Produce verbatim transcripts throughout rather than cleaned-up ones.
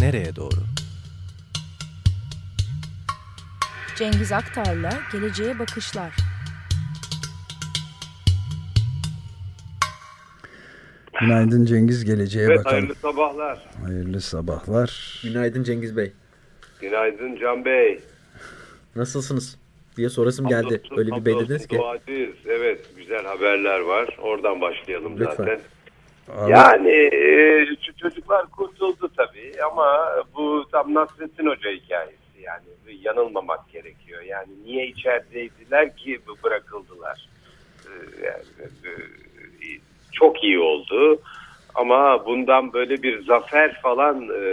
nereye doğru? Cengiz Aktar'la Geleceğe Bakışlar. Günaydın Cengiz, geleceğe evet, bakalım. Hayırlı sabahlar. Hayırlı sabahlar. Günaydın Cengiz Bey. Günaydın Can Bey. Nasılsınız diye sorasım geldi. Hamdolsun, Öyle bir belirlediniz ki. Duacıyız. Evet, güzel haberler var. Oradan başlayalım Lütfen. zaten. Abi, Yani e, şu çocuklar kurtuldu tabii ama bu tam Nasrettin Hoca hikayesi. Yani yanılmamak gerekiyor. Yani niye içerideydiler ki bırakıldılar? E, yani, e, çok iyi oldu. Ama bundan böyle bir zafer falan e,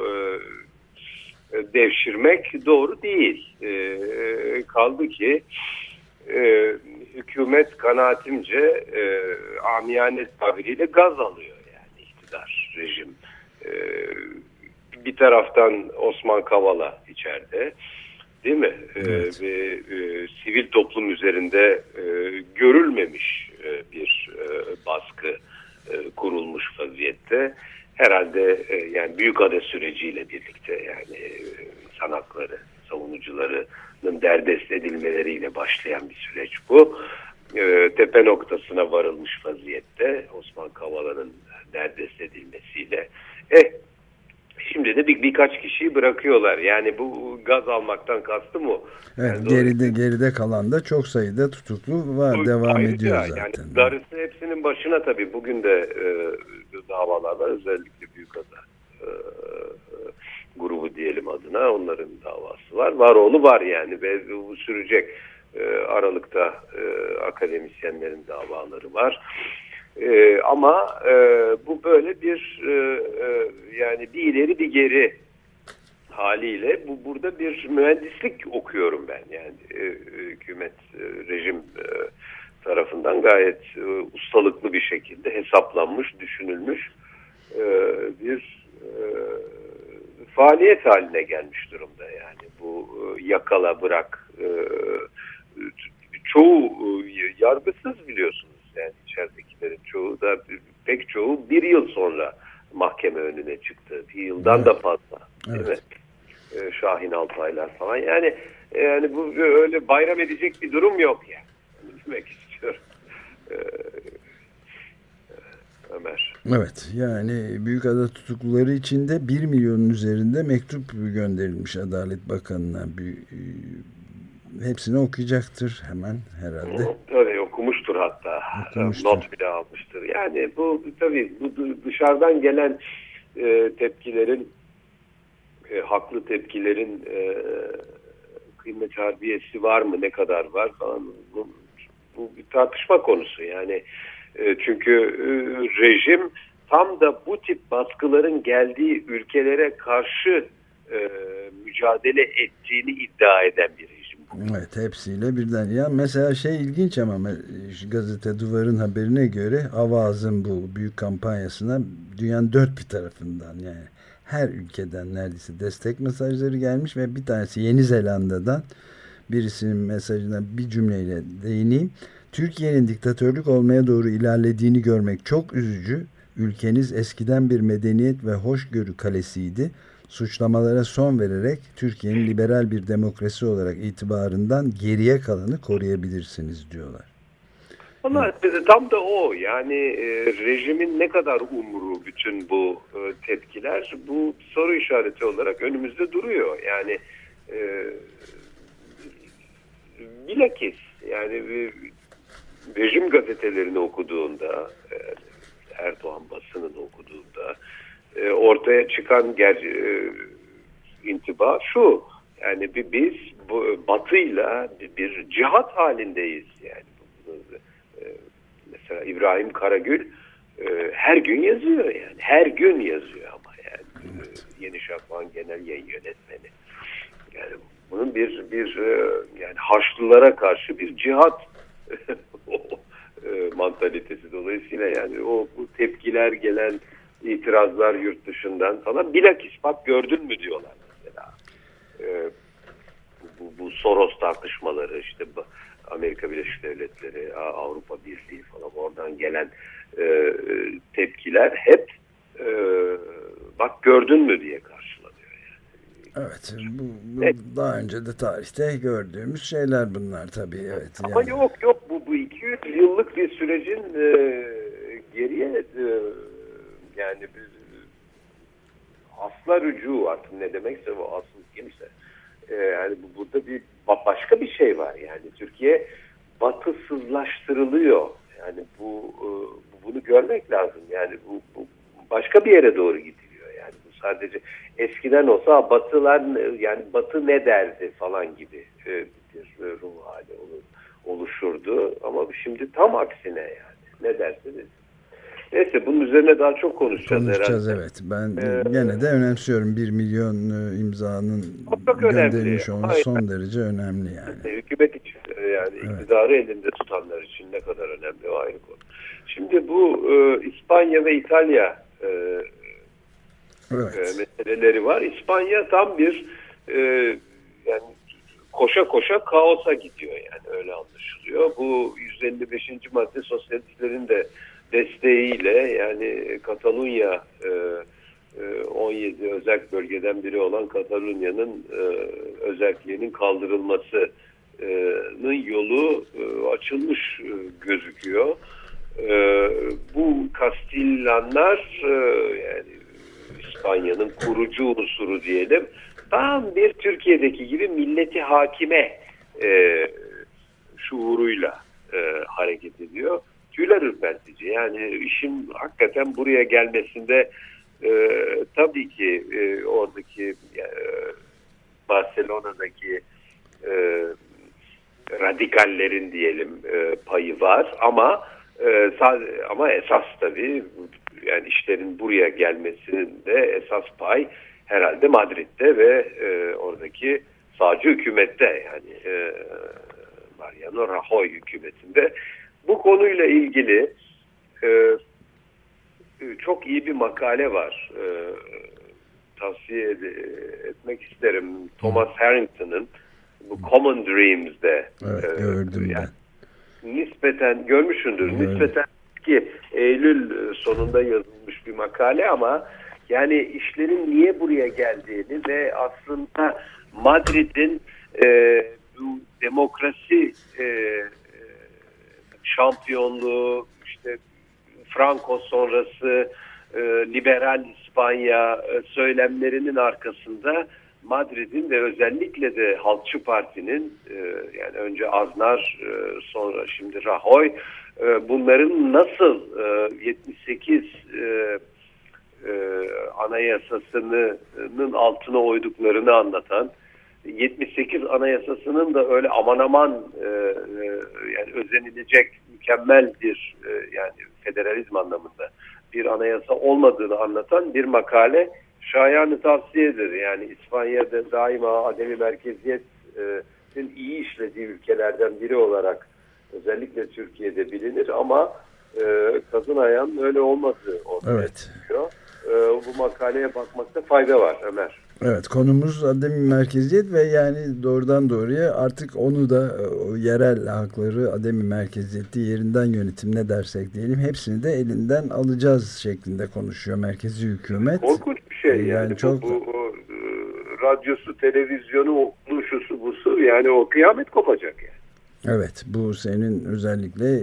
e, devşirmek doğru değil. E, kaldı ki e, hükümet kanaatimce e, amiyane tabiriyle gaz alıyor yani iktidar, rejim. E, bir taraftan Osman Kavala içeride, değil mi? Evet. E, ve e, sivil toplum üzerinde e, görülmemiş e, bir e, baskı e, kurulmuş vaziyette. Herhalde e, yani Büyükada süreciyle birlikte yani e, insan hakları savunucularının derdest edilmeleriyle başlayan bir süreç bu. E, tepe noktasına varılmış vaziyette Osman Kavala'nın derdest edilmesiyle. Eh, şimdi de bir, birkaç kişiyi bırakıyorlar. Yani bu gaz almaktan kastı mı? evet, Yani geride doğru. geride kalan da çok sayıda tutuklu var. Bu Devam ayrıca ediyor zaten. Yani darısı hepsinin başına tabii. Bugün de e, davalar var. Özellikle Büyükada e, grubu diyelim adına. Onların davası var. Varoğlu var yani. Ve bu sürecek. E, Aralıkta e, akademisyenlerin davaları var. E, ama e, bu böyle bir e, e, yani bir ileri bir geri haliyle bu burada bir mühendislik okuyorum ben yani e, hükümet e, rejim e, tarafından gayet e, ustalıklı bir şekilde hesaplanmış, düşünülmüş e, bir e, faaliyet haline gelmiş durumda yani bu e, yakala bırak e, çoğu e, yargısız biliyorsunuz yani içeridekilerin çoğu da pek çoğu bir yıl sonra mahkeme önüne çıktı. Bir yıldan Evet. da fazla. Değil Evet. mi? Şahin Altaylar falan. Yani yani bu öyle bayram edecek bir durum yok yani. Onu demek istiyorum. Ee, Ömer. Evet, yani Büyükada tutukluları için de bir milyonun üzerinde mektup gönderilmiş Adalet Bakanı'na. Bir, e, hepsini okuyacaktır hemen herhalde. Öyle okumuştur hatta. Okumuştur. Not bile almıştır. Yani bu tabii bu dışarıdan gelen e, tepkilerin e, haklı tepkilerin e, kıymet harbiyesi var mı, ne kadar var falan bu, bu bir tartışma konusu yani e, çünkü e, rejim tam da bu tip baskıların geldiği ülkelere karşı e, mücadele ettiğini iddia eden bir rejim. Evet, hepsiyle birden. Ya mesela şey ilginç ama gazete Duvar'ın haberine göre Avaz'ın bu büyük kampanyasına dünyanın dört bir tarafından yani her ülkeden neredeyse destek mesajları gelmiş ve bir tanesi Yeni Zelanda'dan birisinin mesajına bir cümleyle değineyim. Türkiye'nin diktatörlük olmaya doğru ilerlediğini görmek çok üzücü. Ülkeniz eskiden bir medeniyet ve hoşgörü kalesiydi. Suçlamalara son vererek Türkiye'nin liberal bir demokrasi olarak itibarından geriye kalanı koruyabilirsiniz diyorlar. Ama tam da o yani e, rejimin ne kadar umru bütün bu e, tepkiler bu soru işareti olarak önümüzde duruyor. Yani e, bilakis yani e, rejim gazetelerini okuduğunda e, Erdoğan basınını okuduğunda e, ortaya çıkan ger e, intiba şu yani bir, biz bu, Batı'yla bir, bir cihat halindeyiz yani. Mesela İbrahim Karagül e, her gün yazıyor yani. Her gün yazıyor ama yani. Evet. E, Yeni Şafak'ın genel yayın yönetmeni. Yani bunun bir bir e, yani Haçlılara karşı bir cihat e, mantalitesi dolayısıyla yani o bu tepkiler gelen itirazlar yurt dışından falan bilakis bak gördün mü diyorlar mesela. E, bu, bu Soros tartışmaları işte bu Amerika Birleşik Devletleri, Avrupa Birliği falan oradan gelen e, tepkiler hep e, bak gördün mü diye karşılanıyor. Evet, bu, bu evet. Daha önce de tarihte gördüğümüz şeyler bunlar tabii. Evet. Ama yani. yok yok bu bu iki yüz yıllık bir sürecin e, geriye e, yani asla rücu artık ne demekse o asıl kimse. E, yani bu, burada bir başka bir şey var yani Türkiye batısızlaştırılıyor. Yani bu e, bunu görmek lazım. Yani bu, bu başka bir yere doğru gidiliyor. Yani bu sadece eskiden olsa batılar yani batı ne derdi falan gibi e, bir ruh hali olur, oluşurdu. Ama şimdi tam aksine yani. Ne dersiniz? Neyse bunun üzerine daha çok konuşacağız, konuşacağız herhalde. Evet. Ben ee, gene de önemsiyorum. Bir milyon imzanın çok gönderilmiş olması son derece önemli yani. Hükümet için yani evet. iktidarı elinde tutanlar için ne kadar önemli o ayrı konu. Şimdi bu e, İspanya ve İtalya e, evet. e, meseleleri var. İspanya tam bir e, yani koşa koşa kaosa gidiyor yani öyle anlaşılıyor. Bu yüz elli beşinci madde sosyalistlerin de desteğiyle yani Katalunya e, on yedi özel bölgeden biri olan Katalunya'nın e, özelliğinin kaldırılmasının yolu e, açılmış e, gözüküyor. E, bu Kastilyanlar e, yani İspanya'nın kurucu unsuru diyelim tam bir Türkiye'deki gibi milleti hakime e, şuuruyla e, hareket ediyor. Tüyler ürpertici. Yani işin hakikaten buraya gelmesinde e, tabii ki e, oradaki e, Barcelona'daki e, radikallerin diyelim e, payı var ama e, ama esas tabii yani işlerin buraya gelmesinin de esas pay herhalde Madrid'de ve e, oradaki sağcı hükümette yani e, Mariano Rajoy hükümetinde. Bu konuyla ilgili e, çok iyi bir makale var. E, tavsiye ed- etmek isterim. Thomas Harrington'ın bu Common Dreams'de. Evet, e, gördüm yani, ben. Nispeten görmüşsündür. Gördüm. Nispeten ki Eylül sonunda yazılmış bir makale ama yani işlerin niye buraya geldiğini ve aslında Madrid'in e, bu demokrasi e, şampiyonluğu, işte Franco sonrası e, liberal İspanya e, söylemlerinin arkasında Madrid'in ve özellikle de Halkçı Parti'nin e, yani önce Aznar e, sonra şimdi Rajoy e, bunların nasıl e, yetmiş sekiz e, e, anayasasının altına oyduklarını anlatan, yetmiş sekiz anayasasının da öyle aman aman e, e, yani özenilecek mükemmel bir e, yani federalizm anlamında bir anayasa olmadığını anlatan bir makale şayanı tavsiyedir. Yani İspanya'da daima ademi merkeziyetin iyi işlediği ülkelerden biri olarak özellikle Türkiye'de bilinir ama e, kadın ayağının öyle olmadığı ortaya evet. çıkıyor. E, bu makaleye bakmakta fayda var Ömer. Evet, konumuz ademi merkeziyet ve yani doğrudan doğruya artık onu da o yerel hakları ademi merkeziyeti yerinden yönetim ne dersek diyelim hepsini de elinden alacağız şeklinde konuşuyor merkezi hükümet. Korkunç bir şey yani, yani çok bu, bu o, radyosu, televizyonu, okulu, şusu busu yani o kıyamet kopacak yani. Evet, bu senin özellikle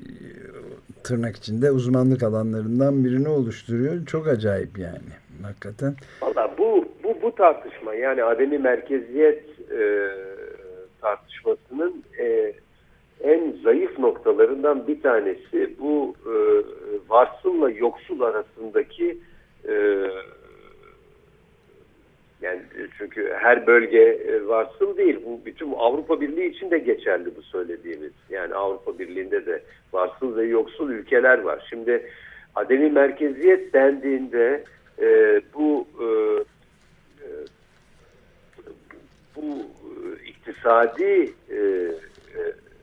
tırnak içinde uzmanlık alanlarından birini oluşturuyor. Çok acayip yani. Hakikaten. Valla bu, bu, bu tartışma yani ademi merkeziyet e, tartışmasının e, en zayıf noktalarından bir tanesi bu e, varsılla yoksul arasındaki e, yani çünkü her bölge varsıl değil. Bu bütün Avrupa Birliği için de geçerli bu söylediğimiz. Yani Avrupa Birliği'nde de varsıl ve yoksul ülkeler var. Şimdi ademi merkeziyet dendiğinde e, bu e, e, bu iktisadi e, e,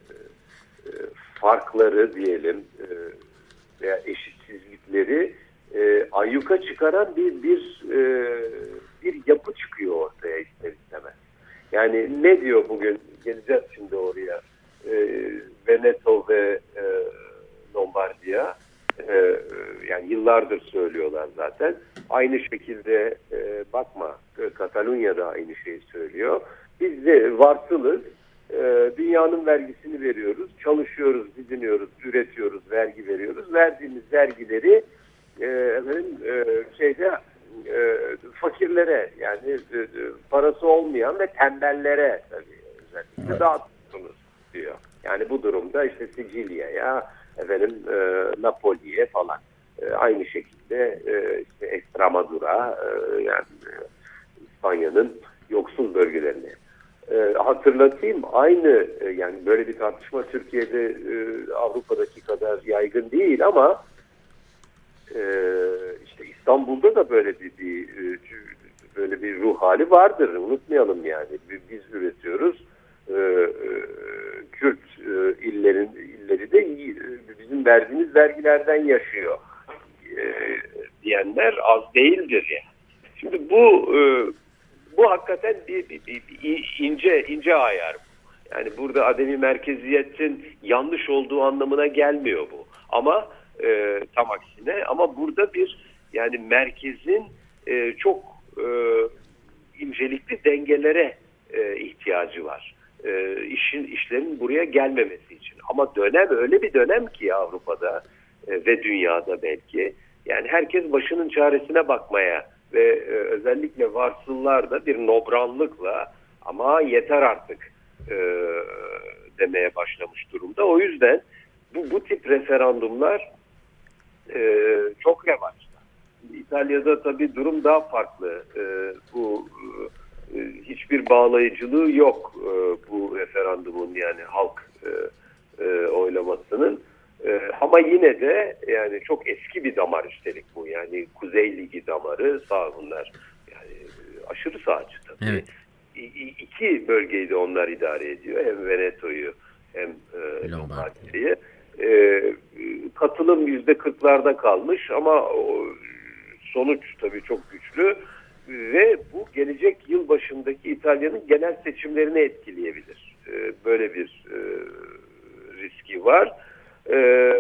farkları diyelim e, veya eşitsizlikleri e, ayyuka çıkaran bir bir e, bir yapı çıkıyor ortaya ister istemez. Yani ne diyor bugün? Geleceğiz şimdi oraya. E, Veneto ve e, Lombardiya. Ee, yani yıllardır söylüyorlar zaten. Aynı şekilde e, bakma Katalunya'da aynı şeyi söylüyor. Biz de varsılız. E, dünyanın vergisini veriyoruz. Çalışıyoruz, didiniyoruz, üretiyoruz, vergi veriyoruz. Verdiğimiz vergileri e, efendim, e, şeyde e, fakirlere yani e, parası olmayan ve tembellere tabii özellikle evet. dağıtıyorsunuz diyor. Yani bu durumda işte Sicilya'ya, efendim e, Napoli'ye falan e, aynı şekilde e, işte Extremadura e, yani e, İspanya'nın yoksul bölgelerine. E, hatırlatayım aynı e, yani böyle bir tartışma Türkiye'de e, Avrupa'daki kadar yaygın değil ama e, işte İstanbul'da da böyle bir, bir e, böyle bir ruh hali vardır. Unutmayalım yani. Biz üretiyoruz. E, e, Kürt e, illerin illeri de e, bizim verdiğimiz vergilerden yaşıyor e, diyenler az değildir yani. Şimdi bu e, bu hakikaten bir, bir, bir, bir ince ince ayar. Yani burada ademi merkeziyetin yanlış olduğu anlamına gelmiyor bu. Ama e, tam aksine ama burada bir yani merkezin e, çok e, incelikli dengelere e, ihtiyacı var. E, işin işlerin buraya gelmemesi için. Ama dönem öyle bir dönem ki Avrupa'da e, ve dünyada belki yani herkes başının çaresine bakmaya ve e, özellikle varsıllar da bir nobranlıkla ama yeter artık e, demeye başlamış durumda. O yüzden bu, bu tip referandumlar e, çok revaçta. İtalya'da tabii durum daha farklı. E, bu e, hiçbir bağlayıcılığı yok e, bu referandumun yani halk e, e, oylamasının. E, ama yine de yani çok eski bir damar üstelik bu. Yani Kuzey Ligi damarı sağ bunlar. Yani aşırı sağcı tabii. Evet. İ, iki bölgeyi de onlar idare ediyor. Hem Veneto'yu hem e, Lombardi'yi. E, katılım yüzde kırklarda kalmış ama o, sonuç tabii çok güçlü ve bu gelecek yıl başındaki İtalya'nın genel seçimlerini etkileyebilir. E, böyle bir e, riski var. E,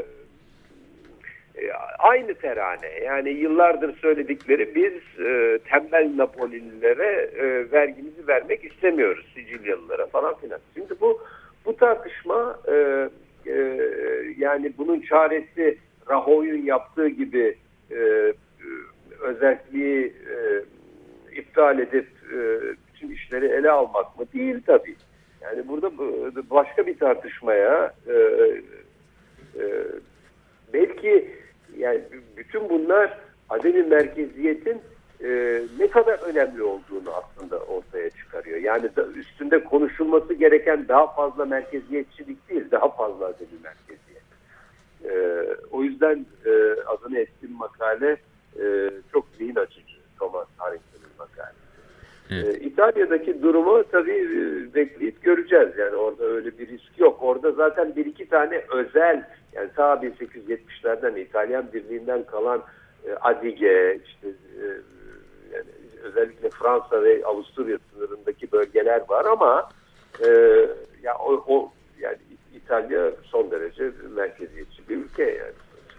e, aynı terane yani yıllardır söyledikleri biz e, tembel Napolililere e, vergimizi vermek istemiyoruz Sicilyalılara falan filan. Şimdi bu bu tartışma e, e, yani bunun çaresi Rajoy'un yaptığı gibi e, özelliği e, iptal edip e, bütün işleri ele almak mı? Değil tabii. Yani burada başka bir tartışmaya e, e, belki yani bütün bunlar ademi merkeziyetin e, ne kadar önemli olduğunu aslında ortaya çıkarıyor. Yani da üstünde konuşulması gereken daha fazla merkeziyetçilik değil, daha fazla ademi merkeziyet. E, o yüzden e, adını ettiğim makale e, çok zihin açıcı. Thomas Harrington'ın makalesi. Evet. E, İtalya'daki durumu tabii e, bekleyip göreceğiz. Yani orada öyle bir risk yok. Orada zaten bir iki tane özel yani ta bin sekiz yüz yetmişlerden İtalyan Birliği'nden kalan e, Adige, işte e, yani özellikle Fransa ve Avusturya sınırındaki bölgeler var ama e, ya o, o yani İtalya son derece merkeziyetçi bir ülke yani.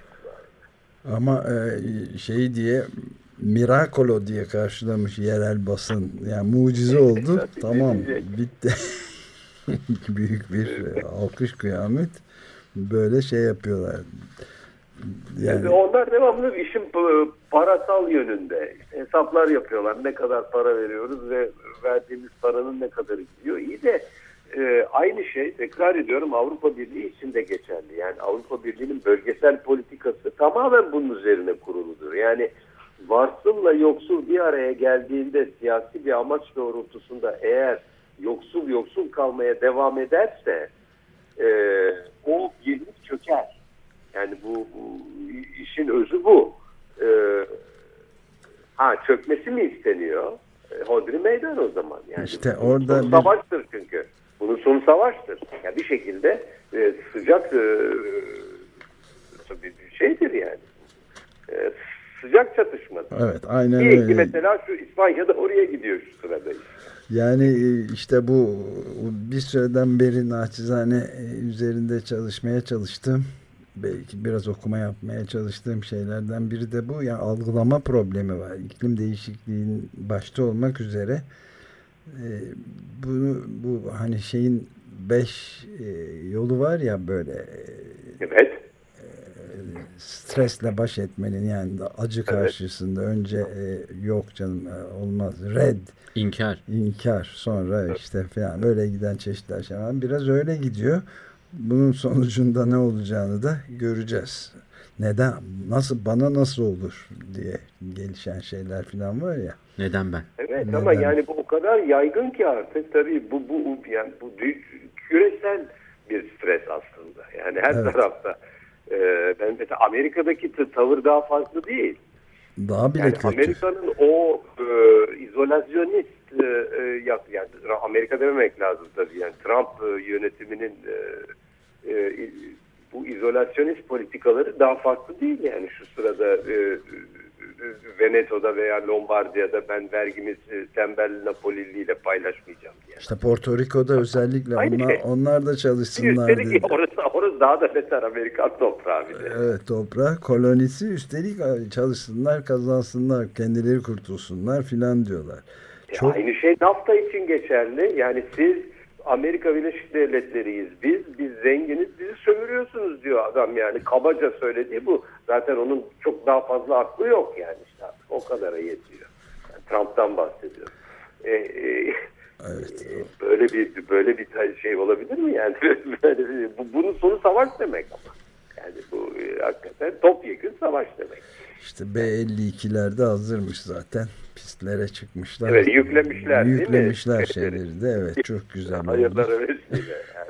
Ama e, şey diye Miracolo diye karşılamış yerel basın. Yani mucize oldu. Tamam bitti. Büyük bir alkış kıyamet. Böyle şey yapıyorlar. Yani, yani onlar devamlı işin parasal yönünde işte hesaplar yapıyorlar. Ne kadar para veriyoruz ve verdiğimiz paranın ne kadarı gidiyor. İyi de e, aynı şey tekrar ediyorum Avrupa Birliği için de geçerli. Yani Avrupa Birliği'nin bölgesel politikası tamamen bunun üzerine kuruludur. Yani varsılla yoksul bir araya geldiğinde siyasi bir amaç doğrultusunda eğer yoksul yoksul kalmaya devam ederse e, o birlik çöker. Yani bu, bu işin özü bu. E, ha çökmesi mi isteniyor? E, hodri meydan o zaman. Yani işte bunun orada sonu bir... savaştır çünkü. Bunun sonu savaştır. Yani bir şekilde e, sıcak e, bir şeydir yani. E, sıcak çatışmadır. Evet, aynen İyi öyle. ki mesela şu İspanya'da oraya gidiyor şu sırada. Yani işte bu bir süreden beri naçizane üzerinde çalışmaya çalıştım. belki biraz okuma yapmaya çalıştığım şeylerden biri de bu. Yani algılama problemi var. İklim değişikliğinin başta olmak üzere e, bunu bu hani şeyin beş e, yolu var ya böyle Evet. e, stresle baş etmenin, yani acı karşısında evet. önce e, yok canım olmaz, red, inkar, inkar, sonra evet. işte falan böyle giden çeşitli aşamalar. Biraz öyle gidiyor. Bunun sonucunda ne olacağını da göreceğiz. Neden, nasıl, bana nasıl olur diye gelişen şeyler falan var ya. Neden ben? Evet, Neden? ama yani bu o kadar yaygın ki artık tabii bu bu yani bu küresel bir stres aslında. Yani her evet. tarafta. Ee, ben mesela Amerika'daki tavır daha farklı değil. Daha bile yani kötü. Amerika'nın o e, izolasyonist e, yani Amerika dememek lazım tabii. Yani Trump e, yönetiminin e, e, bu izolasyonist politikaları daha farklı değil. Yani şu sırada e, Veneto'da veya Lombardiya'da ben vergimiz tembel Napolili ile paylaşmayacağım diye. İşte Porto Rico'da özellikle onlar, şey. onlar da çalışsınlar üstelik dedi. Orası, orası daha da beter, Amerikan toprağı bile. Evet, toprağı, kolonisi, üstelik çalışsınlar, kazansınlar, kendileri kurtulsunlar filan diyorlar. E Çok... Aynı şey NAFTA için geçerli. Yani siz Amerika Birleşik Devletleri'yiz. Biz, biz zenginiz, bizi sömürüyorsunuz diyor adam yani. Kabaca söylediği bu. Zaten onun çok daha fazla aklı yok yani işte artık. O kadara yetiyor. Yani Trump'tan bahsediyorum. E, e, evet. e, böyle bir böyle bir şey olabilir mi yani? Böyle, bu, bunun sonu savaş demek ama. Yani bu e, hakikaten topyekün savaş demek. İşte B elli ikilerde hazırmış zaten. Pistlere çıkmışlar. Evet, yüklemişler, yüklemişler değil mi? şeyleri de. Evet, çok güzel oldu. Hayırlara vesile yani.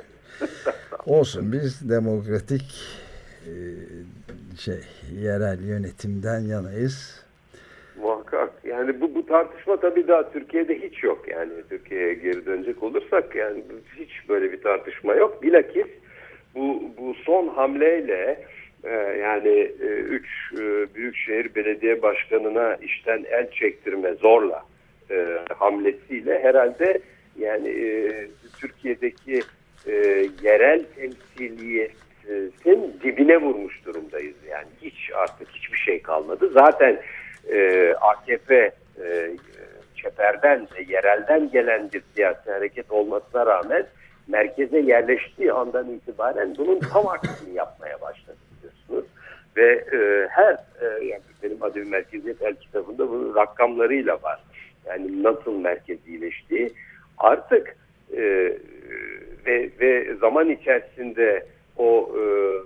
Olsun, biz demokratik e, şey yerel yönetimden yanayız. Muhakkak. Yani bu, bu tartışma tabii daha Türkiye'de hiç yok. Yani Türkiye'ye geri dönecek olursak yani hiç böyle bir tartışma yok. Bilakis bu, bu son hamleyle e, yani e, üç e, büyükşehir belediye başkanına işten el çektirme zorla e, hamlesiyle herhalde yani e, Türkiye'deki e, yerel temsiliyetin dibine vurmuş durumdayız. Yani hiç artık hiçbir şey kalmadı. Zaten e, A K P e, çeperden ve yerelden gelen bir siyasi hareket olmasına rağmen merkeze yerleştiği andan itibaren bunun tam aksini yapmaya başladı biliyorsunuz. Ve e, her e, yani benim adım Merkeziyet El kitabında bunun rakamlarıyla var. Yani nasıl merkezileştiği artık e, ve, ve zaman içerisinde o e,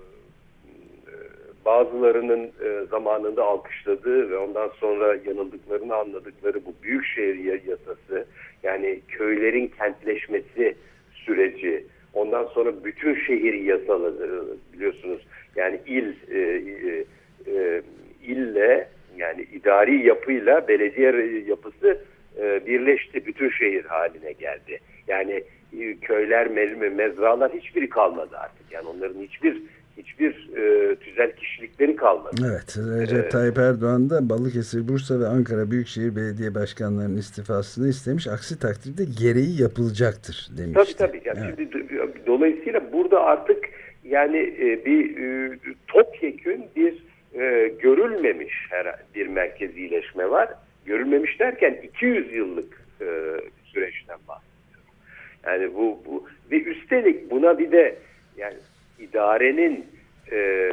bazılarının e, zamanında alkışladığı ve ondan sonra yanıldıklarını anladıkları bu büyükşehir yasası, yani köylerin kentleşmesi süreci, ondan sonra bütün şehir yasaları biliyorsunuz, yani il e, e, e, ille yani idari yapıyla belediye yapısı e, birleşti, bütün şehir haline geldi. Yani e, köyler, me mezralar hiçbiri kalmadı artık. Yani onların hiçbir hiçbir e, tüzel kişilikleri kalmadı. Evet, Recep ee, Tayyip Erdoğan da Balıkesir, Bursa ve Ankara Büyükşehir Belediye Başkanlarının istifasını istemiş. Aksi takdirde gereği yapılacaktır demişti. Tabii tabii. Yani evet. Şimdi dolayısıyla burada artık yani e, bir e, topyekün bir e, görülmemiş her bir merkezileşme var. Görülmemiş derken iki yüz yıllık e, süreçten bahsediyorum. Yani bu, bu ve üstelik buna bir de yani idarenin e,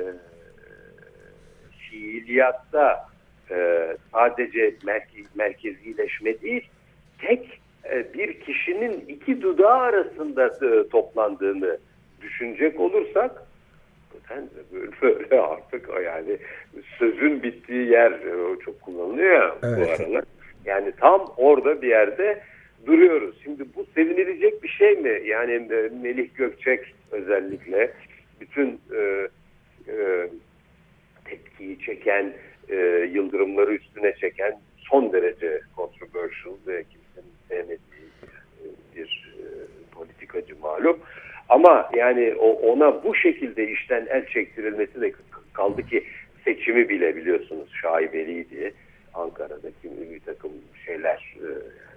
fiiliyatta e, sadece merkez, merkezileşme değil, tek e, bir kişinin iki dudağı arasında e, toplandığını düşünecek olursak böyle artık yani sözün bittiği yer e, çok kullanılıyor ya evet. Bu aralar. Yani tam orada bir yerde duruyoruz. Şimdi bu sevinilecek bir şey mi? Yani e, Melih Gökçek özellikle bütün e, e, tepkiyi çeken, e, yıldırımları üstüne çeken son derece controversial ve kimsenin sevmediği bir e, politikacı malum. Ama yani o, ona bu şekilde işten el çektirilmesi de kaldı ki seçimi bile biliyorsunuz şaibeliydi. Ankara'daki bir takım şeyler e,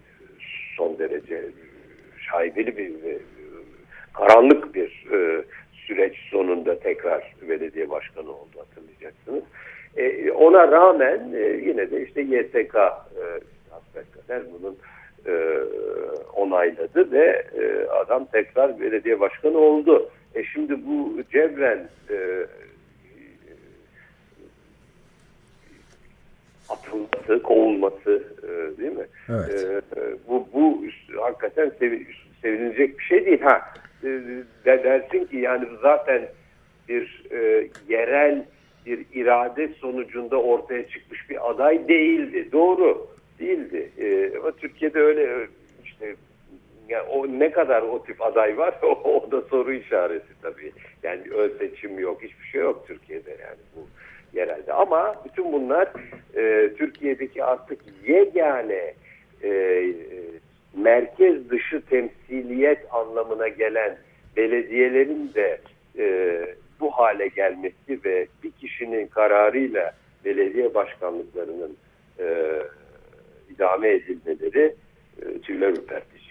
son derece şaibeli bir e, karanlık bir e, süreç sonunda tekrar belediye başkanı oldu, hatırlayacaksınız. E, ona rağmen e, yine de işte Y S K e, hasbelkader bunun e, onayladı ve e, adam tekrar belediye başkanı oldu. E şimdi bu cebren e, atılması, kovulması e, değil mi? Evet. E, bu bu hakikaten sev, sevinilecek bir şey değil. Ha e, de dersin ki yani zaten bir e, yerel bir irade sonucunda ortaya çıkmış bir aday değildi. Doğru değildi. E, ama Türkiye'de öyle işte yani o ne kadar o tip aday var o, o da soru işareti tabii. Yani ön seçim yok, hiçbir şey yok Türkiye'de yani bu yerelde. Ama bütün bunlar e, Türkiye'deki artık yegane e, merkez dışı temsiliyet anlamına gelen belediyelerin de e, bu hale gelmesi ve bir kişinin kararıyla belediye başkanlıklarının e, idame edilmeleri e, tüyler ürpertici.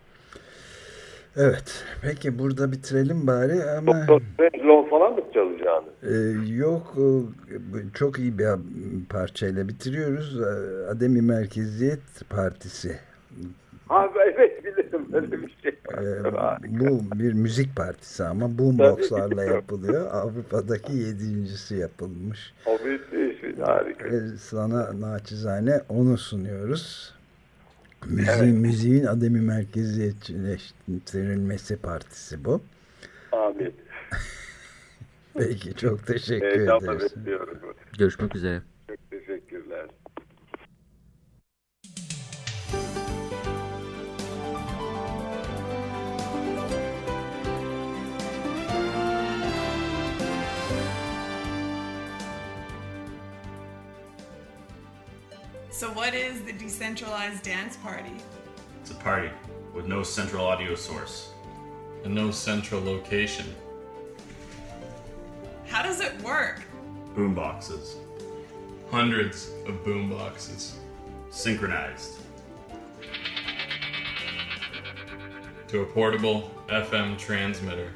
Evet. Peki burada bitirelim bari ama... Doktor falan mı çalacağını? Ee, yok. Çok iyi bir parçayla bitiriyoruz. Ademi Merkeziyet Partisi. Ha, evet bilirim öyle bir şey. Ee, bu bir müzik partisi ama boomboxlarla yapılıyor. Avrupa'daki yedincisi yapılmış. O bir şey, harika. Ee, sana naçizane onu sunuyoruz. Müziğin, Evet. müziğin ademi merkeziyetleştirilmesi partisi bu. Amin. Peki çok teşekkür Heyecanla ederiz. bekliyorum. Görüşmek üzere. Çok teşekkürler. So what is the Decentralized Dance Party? It's a party with no central audio source and no central location. How does it work? Boomboxes, Hundreds of boomboxes synchronized. to a portable F M transmitter.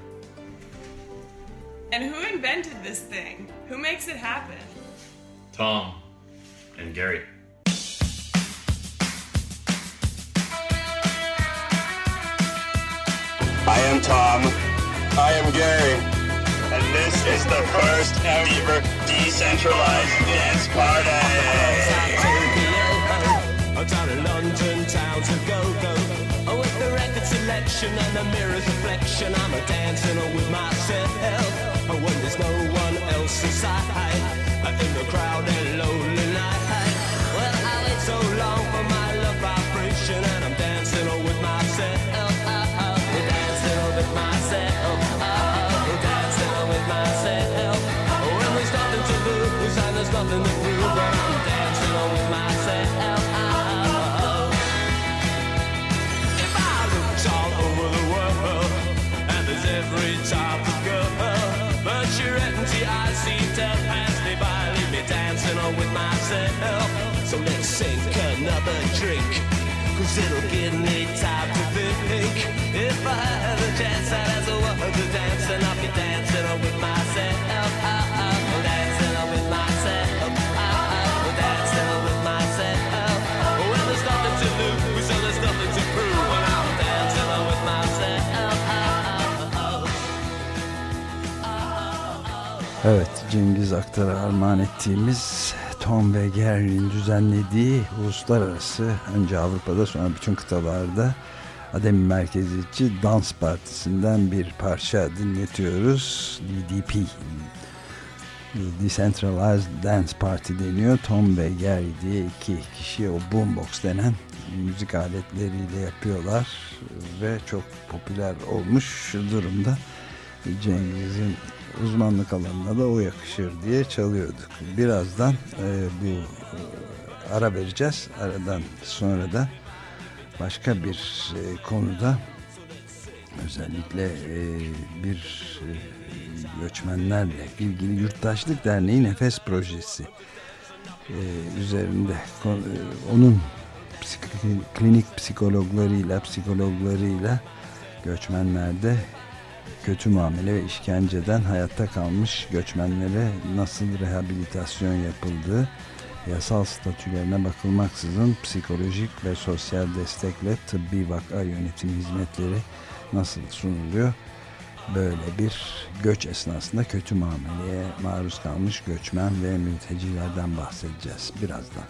And who invented this thing? Who makes it happen? Tom. And Gary. I am Tom. I am Gary. And this is the first ever decentralized dance party. Down in London, towns of go-go. Oh, with the record selection and the mirror's reflection, I'm a dancing with myself. Oh, when there's no one else inside, in the crowd and lonely night. Well, I wait so long for my love vibration, and I'm dancing with myself. Oh, dancing with myself. Oh, dancing with myself. Oh, when there's nothing to lose and there's nothing to prove, but I'm dancing with myself. Every type of girl, but you're empty, I see to pass me by, leave me dancing on with myself. So let's sink another drink, cause it'll give me time to think. If I had a chance, I'd as a woman to dance, and I'll be dancing on with myself. Dancing on with myself. Dancing on with myself. Well, there's nothing to lose, so there's nothing to prove, and I'm dancing on with myself. Evet, Cengiz Aktar'a armağan ettiğimiz Tom ve Gary'nin düzenlediği uluslararası, önce Avrupa'da sonra bütün kıtalarda Ademi Merkeziyetçi Dans Partisi'nden bir parça dinletiyoruz. D D P, Decentralized Dance Party deniyor. Tom ve Gary diye iki kişi o boombox denen müzik aletleriyle yapıyorlar ve çok popüler olmuş durumda. Cengiz'in uzmanlık alanına da o yakışır diye çalıyorduk. Birazdan e, bu e, ara vereceğiz. Aradan sonra da başka bir e, konuda özellikle e, bir e, göçmenlerle ilgili Yurttaşlık Derneği Nefes Projesi e, üzerinde kon, e, onun psik, klinik psikologlarıyla psikologlarıyla göçmenlerde kötü muamele ve işkenceden hayatta kalmış göçmenlere nasıl rehabilitasyon yapıldığı, yasal statülerine bakılmaksızın psikolojik ve sosyal destekle tıbbi vaka yönetim hizmetleri nasıl sunuluyor? Böyle bir göç esnasında kötü muameleye maruz kalmış göçmen ve mültecilerden bahsedeceğiz birazdan.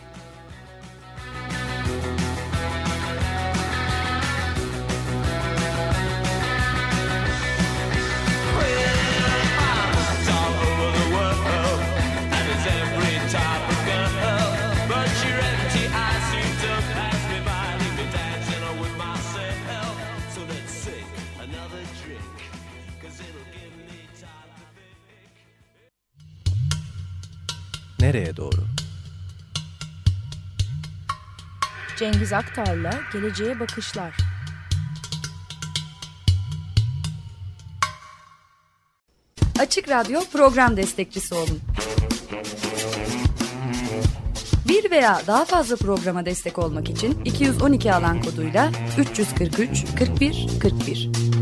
Nereye doğru? Cengiz Aktar'la Geleceğe Bakışlar. Açık Radyo program destekçisi olun. Bir veya daha fazla programa destek olmak için iki yüz on iki alan koduyla üç yüz kırk üç kırk bir kırk bir